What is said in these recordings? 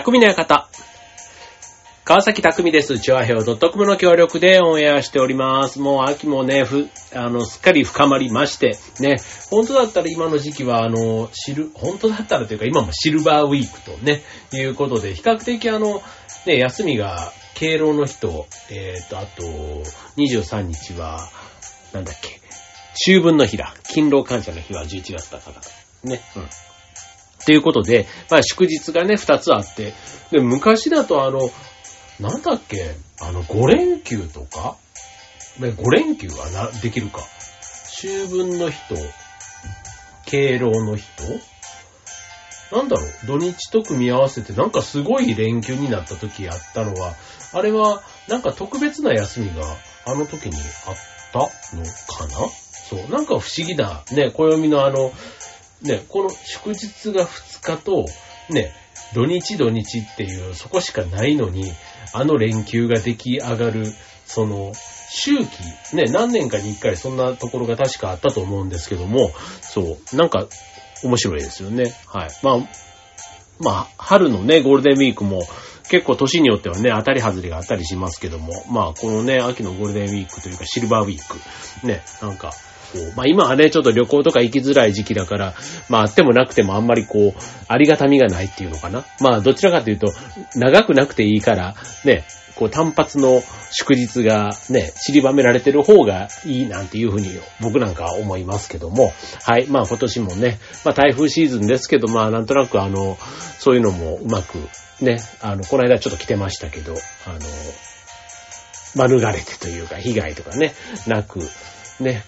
匠の館。川崎匠です。チュアヘオ.comの協力でオンエアしております。もう秋もね、すっかり深まりまして、ね、本当だったら今の時期は本当だったらというか今もシルバーウィークとね、いうことで、比較的ね、休みが敬老の人、あと、23日は、なんだっけ、秋分の日だ。勤労感謝の日は11月だから。ね、うん。ということで、まあ祝日がね、2つあって、で、昔だとなんだっけ、5連休とか5連休はできるか。秋分の日と、敬老の日と、なんだろう、土日と組み合わせてなんかすごい連休になった時あったのは、あれはなんか特別な休みがあの時にあったのかな？そう、なんか不思議なね、暦のね、この祝日が2日と、ね、土日っていうそこしかないのに、連休が出来上がる、周期、ね、何年かに一回そんなところが確かあったと思うんですけども、そう、なんか面白いですよね。はい。まあ、春のね、ゴールデンウィークも結構年によってはね、当たり外れがあったりしますけども、まあ、このね、秋のゴールデンウィークというかシルバーウィーク、ね、なんか、まあ今はね、ちょっと旅行とか行きづらい時期だから、まああってもなくてもあんまりありがたみがないっていうのかな。まあどちらかというと、長くなくていいから、ね、単発の祝日がね、散りばめられてる方がいいなんていうふうに僕なんかは思いますけども、はい、まあ今年もね、まあ台風シーズンですけど、まあなんとなくそういうのもうまく、ね、この間ちょっと来てましたけど、免れてというか、被害とかね、なく、ね、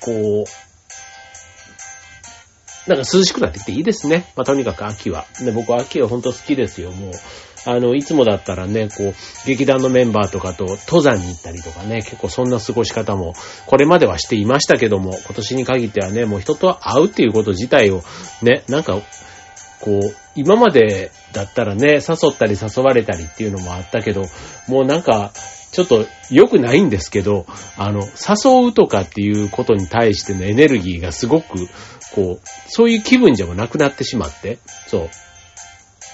なんか涼しくなってきていいですね。まあ、とにかく秋は。ね、僕は秋は本当好きですよ。もう、いつもだったらね、劇団のメンバーとかと登山に行ったりとかね、結構そんな過ごし方も、これまではしていましたけども、今年に限ってはね、もう人と会うっていうこと自体を、ね、なんか、今までだったらね、誘ったり誘われたりっていうのもあったけど、もうなんか、ちょっと良くないんですけど、誘うとかっていうことに対してのエネルギーがすごく、そういう気分じゃなくなってしまって、そう。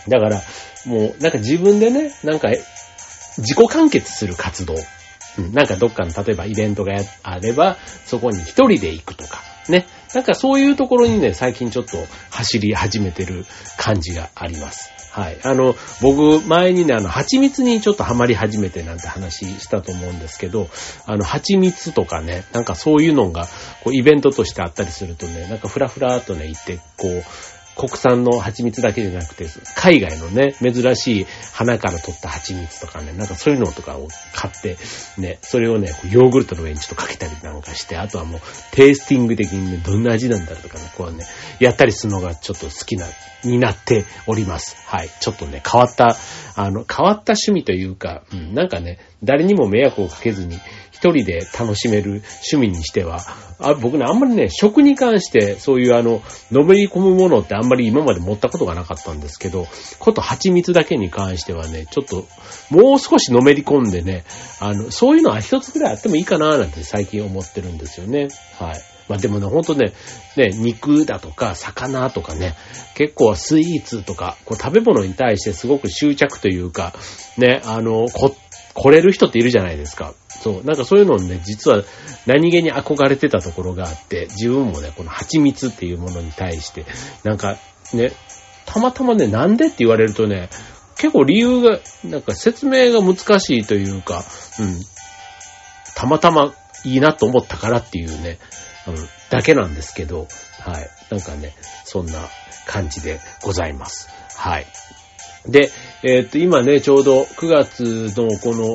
だから、もうなんか自分でね、なんか自己完結する活動。なんかどっかの例えばイベントがあれば、そこに一人で行くとか、ね。なんかそういうところにね、最近ちょっと走り始めてる感じがあります。はい。僕、前にね、蜂蜜にちょっとハマり始めてなんて話したと思うんですけど、蜂蜜とかね、なんかそういうのが、イベントとしてあったりするとね、なんかふらふらーっとね、行って、国産の蜂蜜だけじゃなくて、海外のね、珍しい花から取った蜂蜜とかね、なんかそういうのとかを買って、ね、それをね、ヨーグルトの上にちょっとかけたりなんかして、あとはもう、テイスティング的にね、どんな味なんだろうとかね、やったりするのがちょっと好きになっております。はい。ちょっとね、変わった趣味というか、なんかね、誰にも迷惑をかけずに、一人で楽しめる趣味にしては、僕ね、あんまりね、食に関してそういうのめり込むものってあんまり今まで持ったことがなかったんですけど、蜂蜜だけに関してはね、ちょっともう少しのめり込んでね、そういうのは一つくらいあってもいいかななんて最近思ってるんですよね。はい。まあでもね、ほんとね、肉だとか魚とかね、結構スイーツとか、食べ物に対してすごく執着というか、ね、来れる人っているじゃないですか。そう。なんかそういうのね、実は何気に憧れてたところがあって、自分もね、この蜂蜜っていうものに対して、なんかね、たまたまね、なんでって言われるとね、結構理由が、なんか説明が難しいというか、たまたまいいなと思ったからっていうね、だけなんですけど、はい。なんかね、そんな感じでございます。はい。で、今ね、ちょうど9月のこの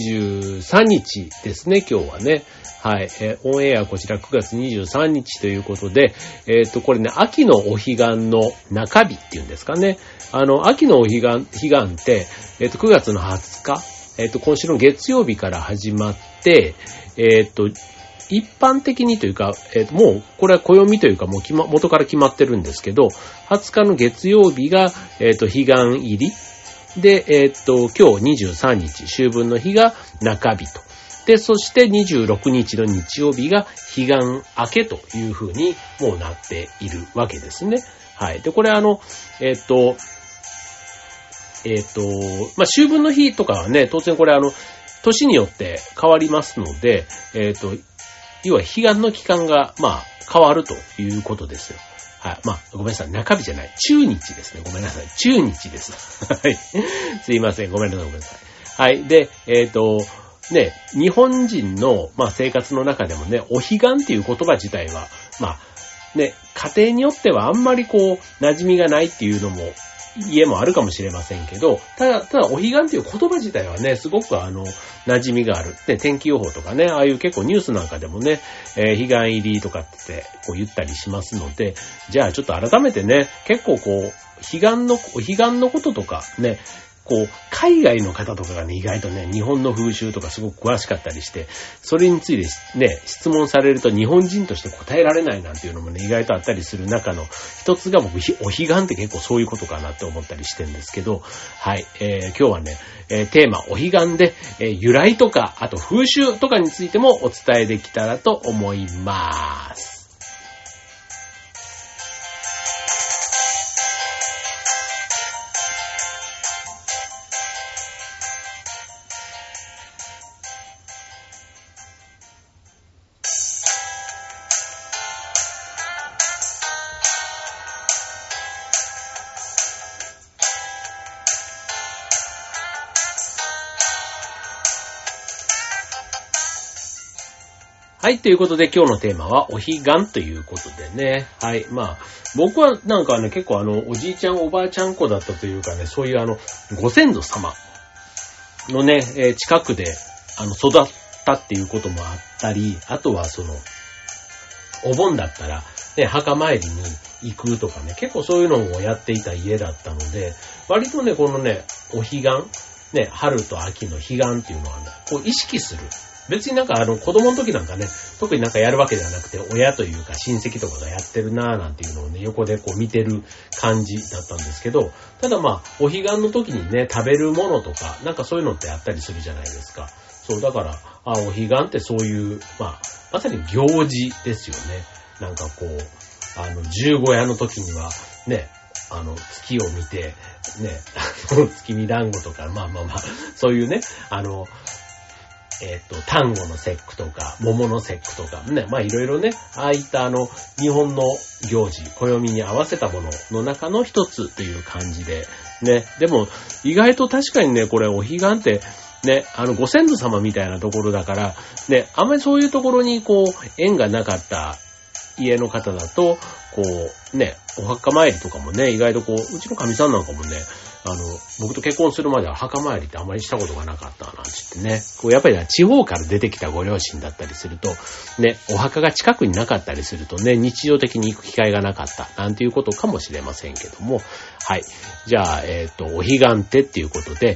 23日ですね、今日はね。はい。オンエアこちら9月23日ということで、これね、秋のお彼岸の中日っていうんですかね。秋のお彼岸って、9月の20日、今週の月曜日から始まって、一般的にというか、もう、これは暦というか、もう元から決まってるんですけど、20日の月曜日が、彼岸入り。で、今日23日、秋分の日が中日と。で、そして26日の日曜日が彼岸明けという風にもうなっているわけですね。はい。で、これ秋分の日とかはね、当然これ年によって変わりますので、要は彼岸の期間が、変わるということですよ。はい。ごめんなさい。中日じゃない。中日ですね。ごめんなさい。中日です。はい。すいません。ごめんなさい。はい。で、ね、日本人の、生活の中でもね、お彼岸っていう言葉自体は、ね、家庭によってはあんまり馴染みがないっていうのも、家もあるかもしれませんけど、ただ、お彼岸っていう言葉自体はね、すごく馴染みがある。ね、天気予報とかね、ああいう結構ニュースなんかでもね、彼岸入りとかって言ったりしますので、じゃあちょっと改めてね、結構お彼岸のこととかね、海外の方とかがね、意外とね、日本の風習とかすごく詳しかったりして、それについてね、質問されると日本人として答えられないなんていうのもね、意外とあったりする中の一つが僕、お彼岸って結構そういうことかなって思ったりしてるんですけど、はい、今日はね、テーマ、お彼岸で、由来とか、あと風習とかについてもお伝えできたらと思います。はい、ということで今日のテーマはお彼岸ということでね。はい、僕はなんかね、結構おじいちゃんおばあちゃん子だったというかね、そういうご先祖様のね、近くで育ったっていうこともあったり、あとはお盆だったら、ね、墓参りに行くとかね、結構そういうのをやっていた家だったので、割とね、このね、お彼岸、ね、春と秋の彼岸っていうのはね、意識する。別になんか子供の時なんかね、特になんかやるわけではなくて、親というか親戚とかがやってるなーなんていうのをね、横で見てる感じだったんですけど、ただお彼岸の時にね、食べるものとか、なんかそういうのってあったりするじゃないですか。そう、だから、お彼岸ってそういう、まさに行事ですよね。なんか十五夜の時には、ね、月を見て、ね、月見団子とか、そういうね、単語の節句とか、桃の節句とか、ね、いろいろね、ああいった日本の行事、暦に合わせたものの中の一つという感じで、ね、でも、意外と確かにね、これ、お彼岸って、ね、ご先祖様みたいなところだから、ね、あんまりそういうところに縁がなかった家の方だと、ね、お墓参りとかもね、意外とうちの神さんなんかもね、僕と結婚するまでは墓参りってあまりしたことがなかったなんて言ってね、やっぱり地方から出てきたご両親だったりすると、ね、お墓が近くになかったりするとね、日常的に行く機会がなかったなんていうことかもしれませんけども、はい。じゃあ、お彼岸っていうことで、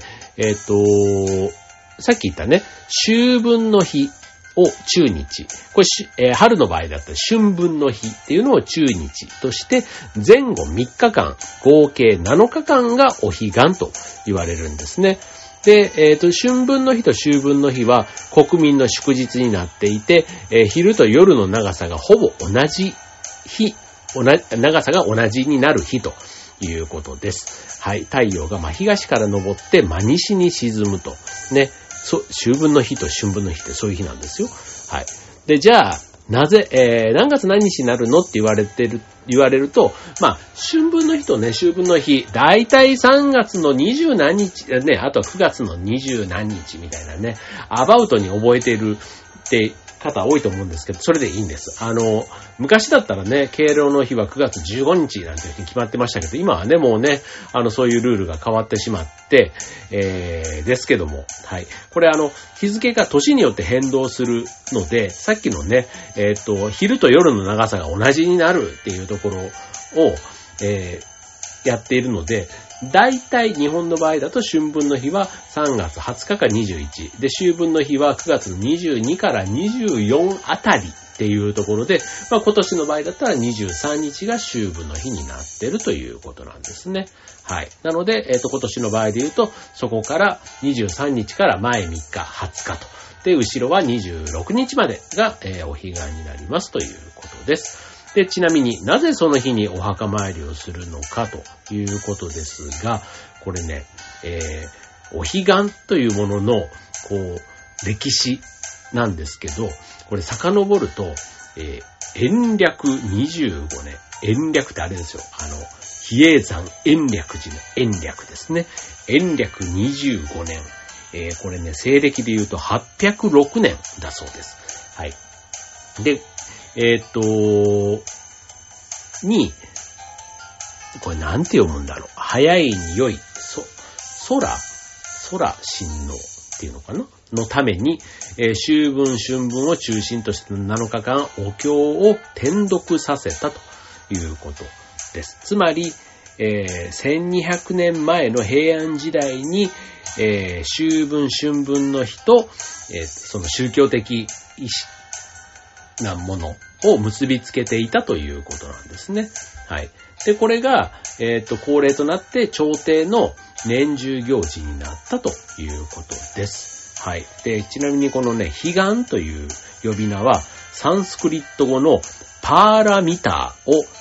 さっき言ったね、秋分の日を中日。これ、春の場合だったら春分の日っていうのを中日として、前後3日間、合計7日間がお彼岸と言われるんですね。で、春分の日と秋分の日は国民の祝日になっていて、昼と夜の長さがほぼ同じ日、長さが同じになる日ということです。はい。太陽が東から昇って真西に沈むと。ね。秋分の日と春分の日ってそういう日なんですよ。はい。で、じゃあ、なぜ、何月何日になるのって言われると、春分の日とね、秋分の日、だいたい3月の20何日、ね、あとは9月の20何日みたいなね、アバウトに覚えているって方多いと思うんですけど、それでいいんです。昔だったらね、敬老の日は9月15日なんていうふうに決まってましたけど、今はね、もうね、そういうルールが変わってしまって、ですけども、はい。これ日付が年によって変動するので、さっきのね、昼と夜の長さが同じになるっていうところを、やっているので、大体日本の場合だと春分の日は3月20日か21で、秋分の日は9月の22から24あたりっていうところで、今年の場合だったら23日が秋分の日になってるということなんですね。はい。なので、今年の場合で言うと、そこから23日から前3日、20日と。で、後ろは26日までが、お彼岸になりますということです。 で、ちなみになぜその日にお墓参りをするのかということですが、これね、お彼岸というものの、こう、歴史なんですけど、これ遡ると、延暦25年。延暦ってあれですよ。比叡山延暦寺の延暦ですね。延暦25年。これね、西暦で言うと806年だそうです。はい。で、これなんて読むんだろう。早いに良い、空親王っていうのかなのために、秋分春分を中心として7日間お経を転読させたということです。つまり、1200年前の平安時代に、秋分春分の日と、その宗教的なものを結びつけていたということなんですね。はい。で、これが、恒例となって朝廷の年中行事になったということです。はい。で、ちなみにこのね、彼岸という呼び名は、サンスクリット語のパーラミターを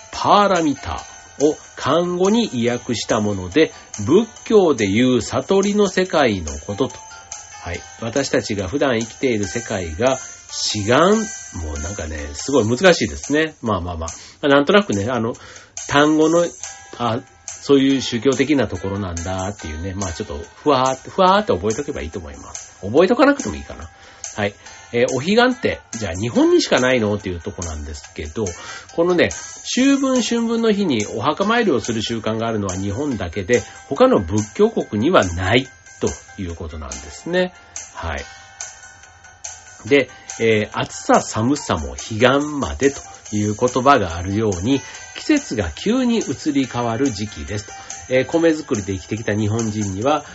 漢語に意訳したもので、仏教でいう悟りの世界のことと。はい。私たちが普段生きている世界が、彼岸、もうなんかね、すごい難しいですね。まあ。なんとなくね、単語の、そういう宗教的なところなんだっていうね、まあちょっとふわーって覚えとけばいいと思います。覚えとかなくてもいいかな。はい。お彼岸って、じゃあ日本にしかないのっていうとこなんですけど、このね、秋分春分の日にお墓参りをする習慣があるのは日本だけで、他の仏教国にはないということなんですね。はい。で、暑さ寒さも彼岸までという言葉があるように、季節が急に移り変わる時期ですと。米作りで生きてきた日本人には、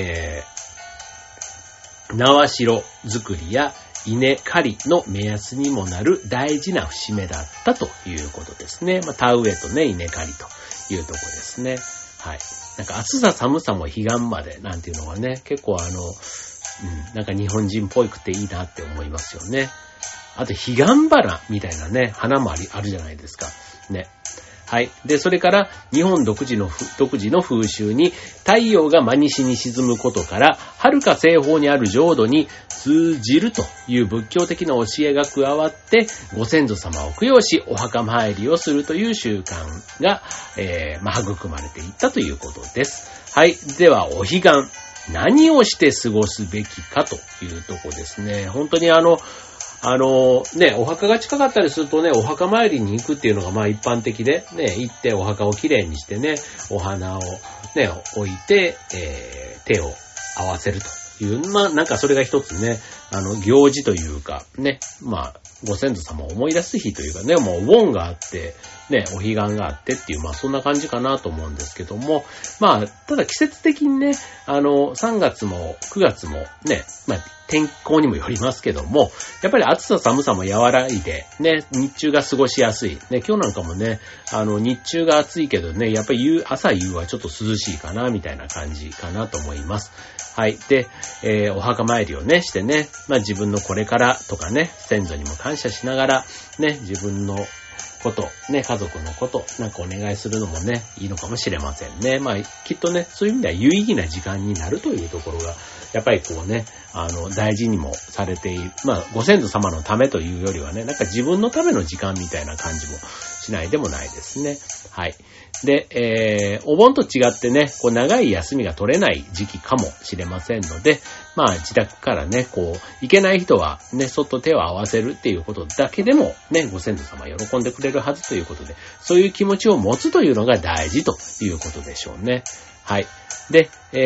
縄代作りや稲刈りの目安にもなる大事な節目だったということですね。まあ、田植えとね、稲刈りというところですね。はい。なんか暑さ寒さも彼岸までなんていうのがね、結構なんか日本人っぽいくていいなって思いますよね。あと、彼岸花みたいなね、花もあるじゃないですか。ね。はい。で、それから、日本独自の風習に、太陽が真西に沈むことから、遥か西方にある浄土に通じるという仏教的な教えが加わって、ご先祖様を供養し、お墓参りをするという習慣が、育まれていったということです。はい。では、お彼岸。何をして過ごすべきかというとこですね。本当にお墓が近かったりするとね、お墓参りに行くっていうのがまあ一般的で、ね、行ってお墓をきれいにしてね、お花をね、置いて、手を合わせるという、まあなんかそれが一つね、行事というか、ね、まあ、ご先祖様を思い出す日というかね、もうお盆があって、ね、お彼岸があってっていう、まあそんな感じかなと思うんですけども、まあ、ただ季節的にね、3月も9月もね、まあ天候にもよりますけども、やっぱり暑さ寒さも和らいで、ね、日中が過ごしやすい。ね、今日なんかもね、日中が暑いけどね、やっぱり朝夕はちょっと涼しいかな、みたいな感じかなと思います。はい。で、お墓参りをね、してね、まあ自分のこれからとかね、先祖にも感謝しながら、ね、自分のこと、ね、家族のこと、なんかお願いするのもね、いいのかもしれませんね。まあ、きっとね、そういう意味では有意義な時間になるというところが、やっぱりこうね、大事にもされている。まあ、ご先祖様のためというよりはね、なんか自分のための時間みたいな感じもしないでもないですね。はい。で、お盆と違ってね、こう長い休みが取れない時期かもしれませんので、まあ自宅からね、こう、行けない人はね、そっと手を合わせるっていうことだけでもね、ご先祖様喜んでくれるはずということで、そういう気持ちを持つというのが大事ということでしょうね。はい。で、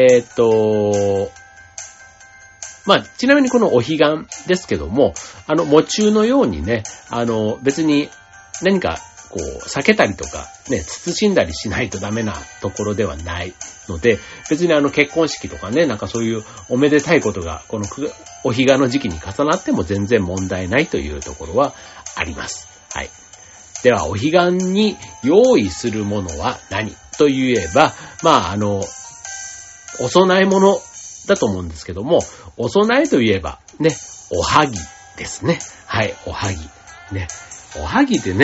まあ、ちなみにこのお彼岸ですけども、喪中のようにね、別に何かこう、避けたりとか、ね、慎んだりしないとダメなところではないので、別に結婚式とかね、なんかそういうおめでたいことが、このお彼岸の時期に重なっても全然問題ないというところはあります。はい。では、お彼岸に用意するものは何と言えば、まあ、お供え物だと思うんですけども、お供えといえば、ね、おはぎですね。はい、おはぎ。ね。おはぎってね、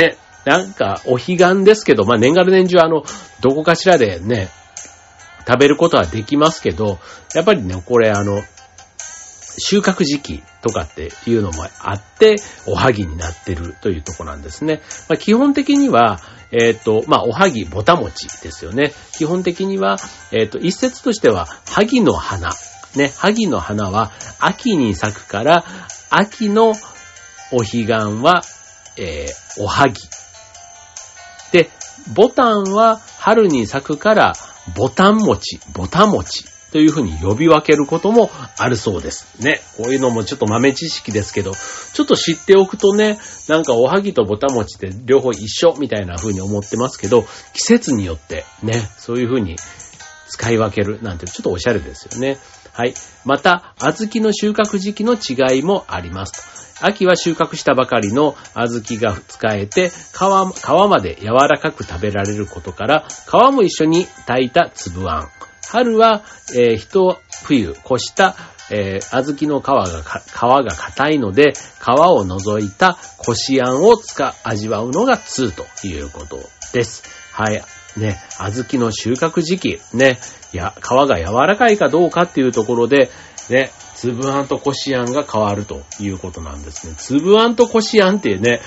なんか、お彼岸ですけど、まあ、年がら年中どこかしらでね、食べることはできますけど、やっぱりね、これ収穫時期とかっていうのもあって、おはぎになってるというところなんですね。まあ、基本的には、まあ、おはぎ、ぼたもちですよね。基本的には、一説としては、はぎの花。ね、はぎの花は、秋に咲くから、秋のお彼岸は、おはぎ。で、ぼたんは、春に咲くから、ぼたん餅、ぼた餅。というふうに呼び分けることもあるそうですね。こういうのもちょっと豆知識ですけど、ちょっと知っておくとね、なんかおはぎとぼたもちって両方一緒みたいな風に思ってますけど、季節によってね、そういう風に使い分けるなんてちょっとおしゃれですよね。はい。また、小豆の収穫時期の違いもありますと。秋は収穫したばかりの小豆が使えて、皮まで柔らかく食べられることから、皮も一緒に炊いた粒あん。春は、一冬越した、小豆の皮が硬いので、皮を除いたこしあんを味わうのが通ということです。はい。ね、小豆の収穫時期、ね、皮が柔らかいかどうかっていうところで、ね、粒あんとこしあんが変わるということなんですね。粒あんとこしあんってね、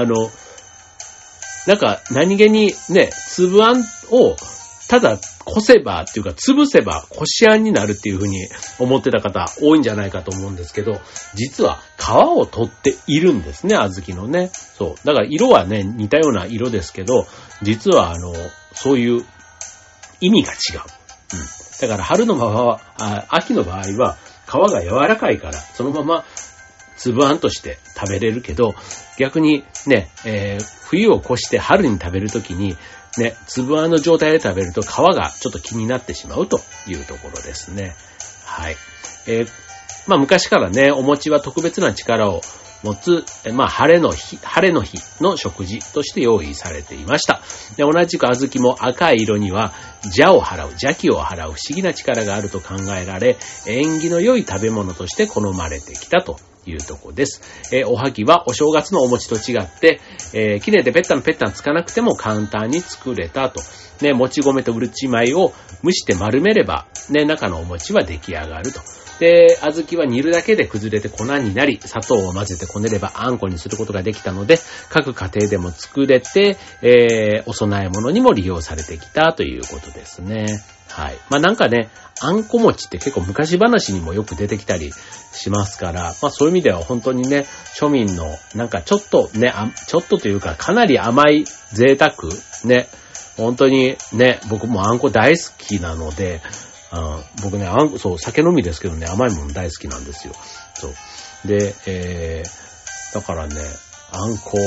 なんか何気にね、粒あんをただこせばっていうか潰せばこしあんになるっていうふうに思ってた方多いんじゃないかと思うんですけど、実は皮を取っているんですね、小豆のね。そう。だから色はね、似たような色ですけど、実はそういう意味が違う。だから春の場合は、秋の場合は皮が柔らかいからそのまま粒あんとして食べれるけど、逆にね、冬を越して春に食べるときにね、粒あんの状態で食べると皮がちょっと気になってしまうというところですね。はい。まあ昔からね、お餅は特別な力を持つ、まあ晴れの日の食事として用意されていました。で、同じく小豆も赤い色には邪気を払う不思議な力があると考えられ、縁起の良い食べ物として好まれてきたというところです。おはぎはお正月のお餅と違って、綺麗でペッタンつかなくても簡単に作れたと。ね、もち米とうるち米を蒸して丸めれば、ね、中のお餅は出来上がると。で、小豆は煮るだけで崩れて粉になり、砂糖を混ぜてこねればあんこにすることができたので、各家庭でも作れて、お供え物にも利用されてきたということですね。はい。まあなんかね、あんこ餅って結構昔話にもよく出てきたりしますから、まあそういう意味では本当にね、庶民のなんかちょっとね、ちょっとというかかなり甘い贅沢ね、本当にね、僕もあんこ大好きなので、僕ね、酒飲みですけどね、甘いもの大好きなんですよ。そう。で、だからね、あんこ、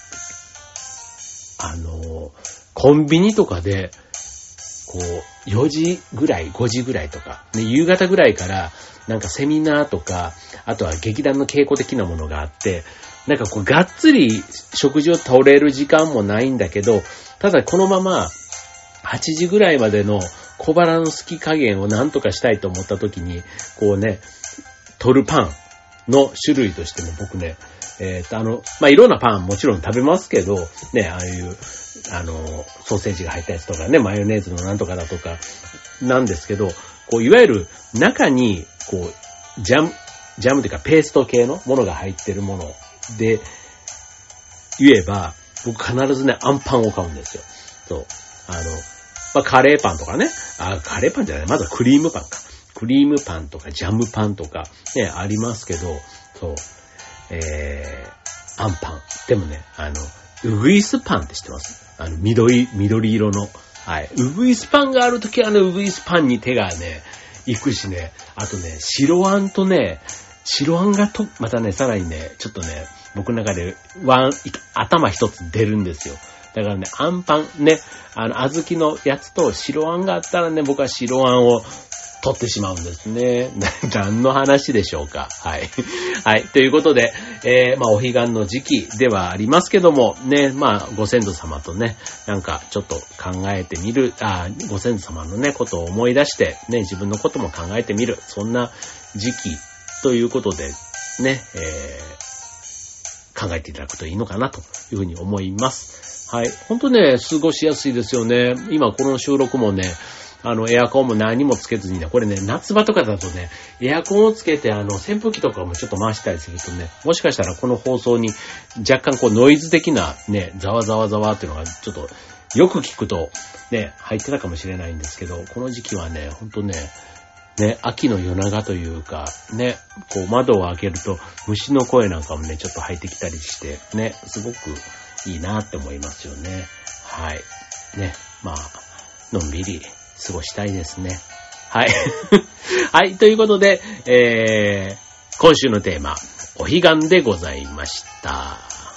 コンビニとかで、こう、4時ぐらい、5時ぐらいとか、ね、夕方ぐらいから、なんかセミナーとか、あとは劇団の稽古的なものがあって、なんかこう、がっつり食事を取れる時間もないんだけど、ただこのまま、8時ぐらいまでの小腹の好き加減をなんとかしたいと思った時に、こうね、取るパンの種類としても僕ね、まあ、いろんなパンもちろん食べますけど、ね、ああいう、ソーセージが入ったやつとかね、マヨネーズのなんとかだとか、なんですけど、こう、いわゆる中に、こう、ジャムというかペースト系のものが入ってるもので言えば、僕必ずね、アンパンを買うんですよ。そう。まあ、カレーパンとかね。カレーパンじゃない。まずはクリームパンか。クリームパンとかジャムパンとかね、ありますけど、そう。アンパン。でもね、ウグイスパンって知ってます？緑色の。はい。ウグイスパンがあるときはウグイスパンに手がね、行くしね。あとね、白あんがまたね、さらにね、ちょっとね、僕の中で頭一つ出るんですよ。だからね、あんパンね、小豆のやつと白あんがあったらね、僕は白あんを取ってしまうんですね。何の話でしょうか。はい。はい。ということで、まあ、お彼岸の時期ではありますけども、ね、まあ、ご先祖様とね、なんかちょっと考えてみる、ご先祖様のね、ことを思い出して、ね、自分のことも考えてみる、そんな時期ということで、ね、 考えていただくといいのかなというふうに思います。はい。ほんとね、過ごしやすいですよね。今この収録もね、エアコンも何もつけずにね、これね、夏場とかだとね、エアコンをつけて扇風機とかもちょっと回したりするとね、もしかしたらこの放送に若干こうノイズ的なね、ざわざわざわっていうのがちょっとよく聞くとね、入ってたかもしれないんですけど、この時期はね、ほんとね、秋の夜長というか、ね、こう窓を開けると虫の声なんかもね、ちょっと入ってきたりして、ね、すごくいいなって思いますよね。はい。ね、まあ、のんびり過ごしたいですね。はい。はい、ということで、今週のテーマ、お彼岸でございました。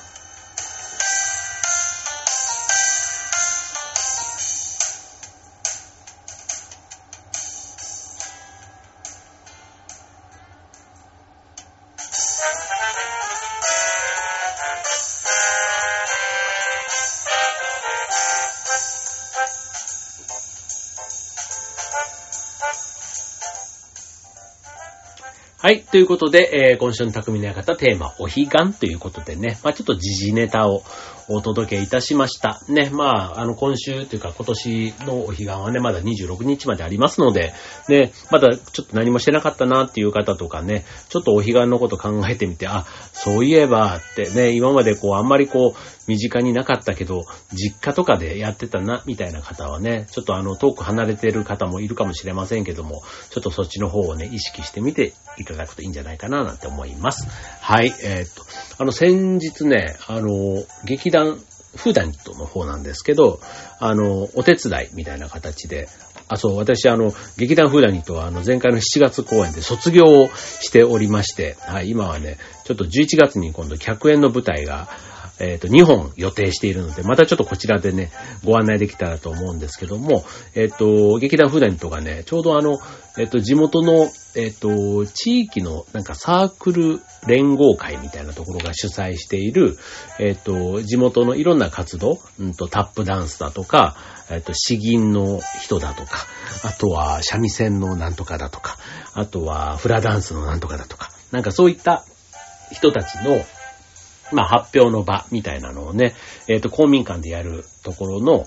はい。ということで、今週の匠の館テーマ、お彼岸ということでね、ちょっと時事ネタをお届けいたしました。ね、今週というか今年のお彼岸はね、まだ26日までありますので、ね、まだちょっと何もしてなかったなっていう方とかね、ちょっとお彼岸のこと考えてみて、そういえばってね、今まであんまり身近になかったけど、実家とかでやってたな、みたいな方はね、ちょっと遠く離れてる方もいるかもしれませんけども、ちょっとそっちの方をね、意識してみていただくといいんじゃないかな、なんて思います。はい、先日ね、劇団フーダニットの方なんですけど、お手伝いみたいな形で、私劇団フーダニットは前回の7月公演で卒業をしておりまして、はい、今はね、ちょっと11月に今度100円の舞台が、2本予定しているので、またちょっとこちらでね、ご案内できたらと思うんですけども、劇団フーダニットがね、ちょうど地元の、地域のなんかサークル連合会みたいなところが主催している、地元のいろんな活動、タップダンスだとか、詩吟の人だとか、あとは三味線のなんとかだとか、あとはフラダンスのなんとかだとか、なんかそういった人たちの発表の場みたいなのをね、公民館でやるところの、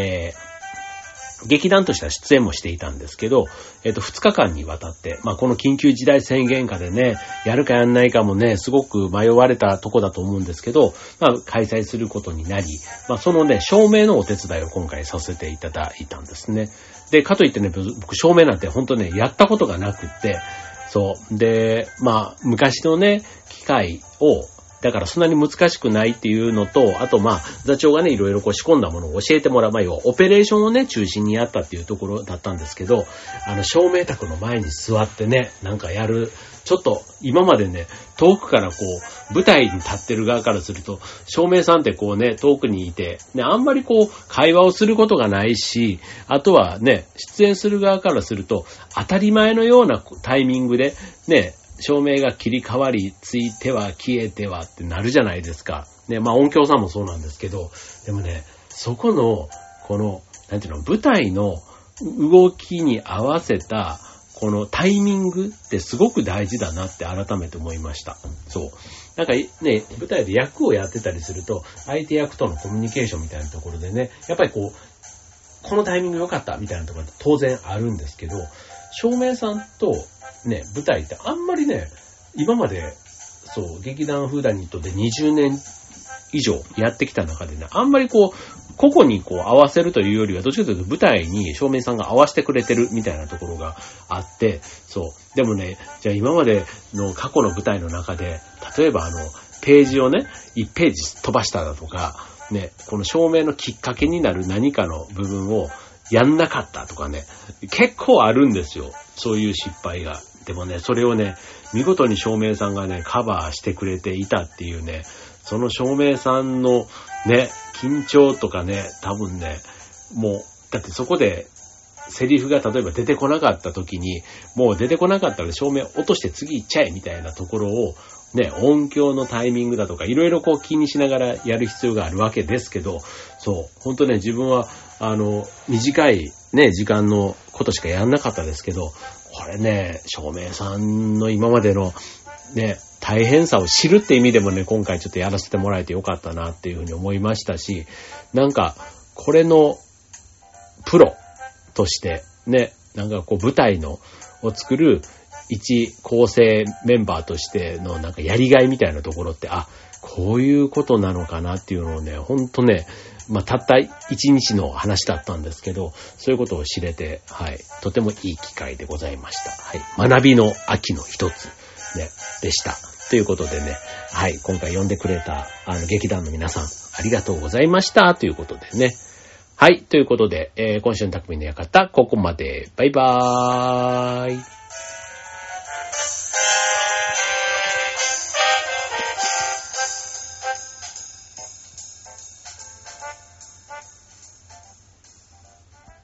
劇団としては出演もしていたんですけど、2日間にわたって、この緊急事態宣言下でね、やるかやんないかもね、すごく迷われたとこだと思うんですけど、開催することになり、そのね、照明のお手伝いを今回させていただいたんですね。で、かといってね、僕照明なんて本当ね、やったことがなくって、そう。で、昔のね、機械を、だからそんなに難しくないっていうのと、あと座長がね、いろいろ仕込んだものを教えてもらう、要はオペレーションをね、中心にやったっていうところだったんですけど、照明卓の前に座ってね、なんかやる、ちょっと今までね、遠くから舞台に立ってる側からすると、照明さんって遠くにいて、ね、あんまり会話をすることがないし、あとはね、出演する側からすると、当たり前のようなタイミングで、ね、照明が切り替わり、ついては消えてはってなるじゃないですか。ね、音響さんもそうなんですけど、でもね、そこの、舞台の動きに合わせた、このタイミングってすごく大事だなって改めて思いました。そう。なんかね、舞台で役をやってたりすると、相手役とのコミュニケーションみたいなところでね、やっぱりこのタイミング良かったみたいなところって当然あるんですけど、照明さんとね、舞台ってあんまりね、今まで、劇団フーダニットで20年以上やってきた中でね、あんまり個々に合わせるというよりは、どっちかというと舞台に照明さんが合わせてくれてるみたいなところがあって、でもね、じゃあ今までの過去の舞台の中で、例えばページをね、1ページ飛ばしただとか、ね、この照明のきっかけになる何かの部分をやんなかったとかね、結構あるんですよ。そういう失敗が。でもね、それをね、見事に照明さんがね、カバーしてくれていたっていうね、その照明さんのね、緊張とかね、多分ね、もう、だってそこで、セリフが例えば出てこなかった時に、もう出てこなかったら照明落として次行っちゃえみたいなところを、ね、音響のタイミングだとか、いろいろ気にしながらやる必要があるわけですけど、本当ね、自分は、短いね、時間のことしかやんなかったですけど、これね、照明さんの今までのね、 大変さを知るって意味でもね、今回ちょっとやらせてもらえてよかったなっていうふうに思いましたし、なんか、これのプロとしてね、なんかこう舞台を作る一構成メンバーとしてのなんかやりがいみたいなところって、こういうことなのかなっていうのをね、ほんとね、たった一日の話だったんですけど、そういうことを知れて、とてもいい機会でございました。学びの秋の一つ、ね、でした。ということでね、今回呼んでくれた、劇団の皆さん、ありがとうございました。ということでね。ということで、今週の匠の館、ここまで。バイバーイ。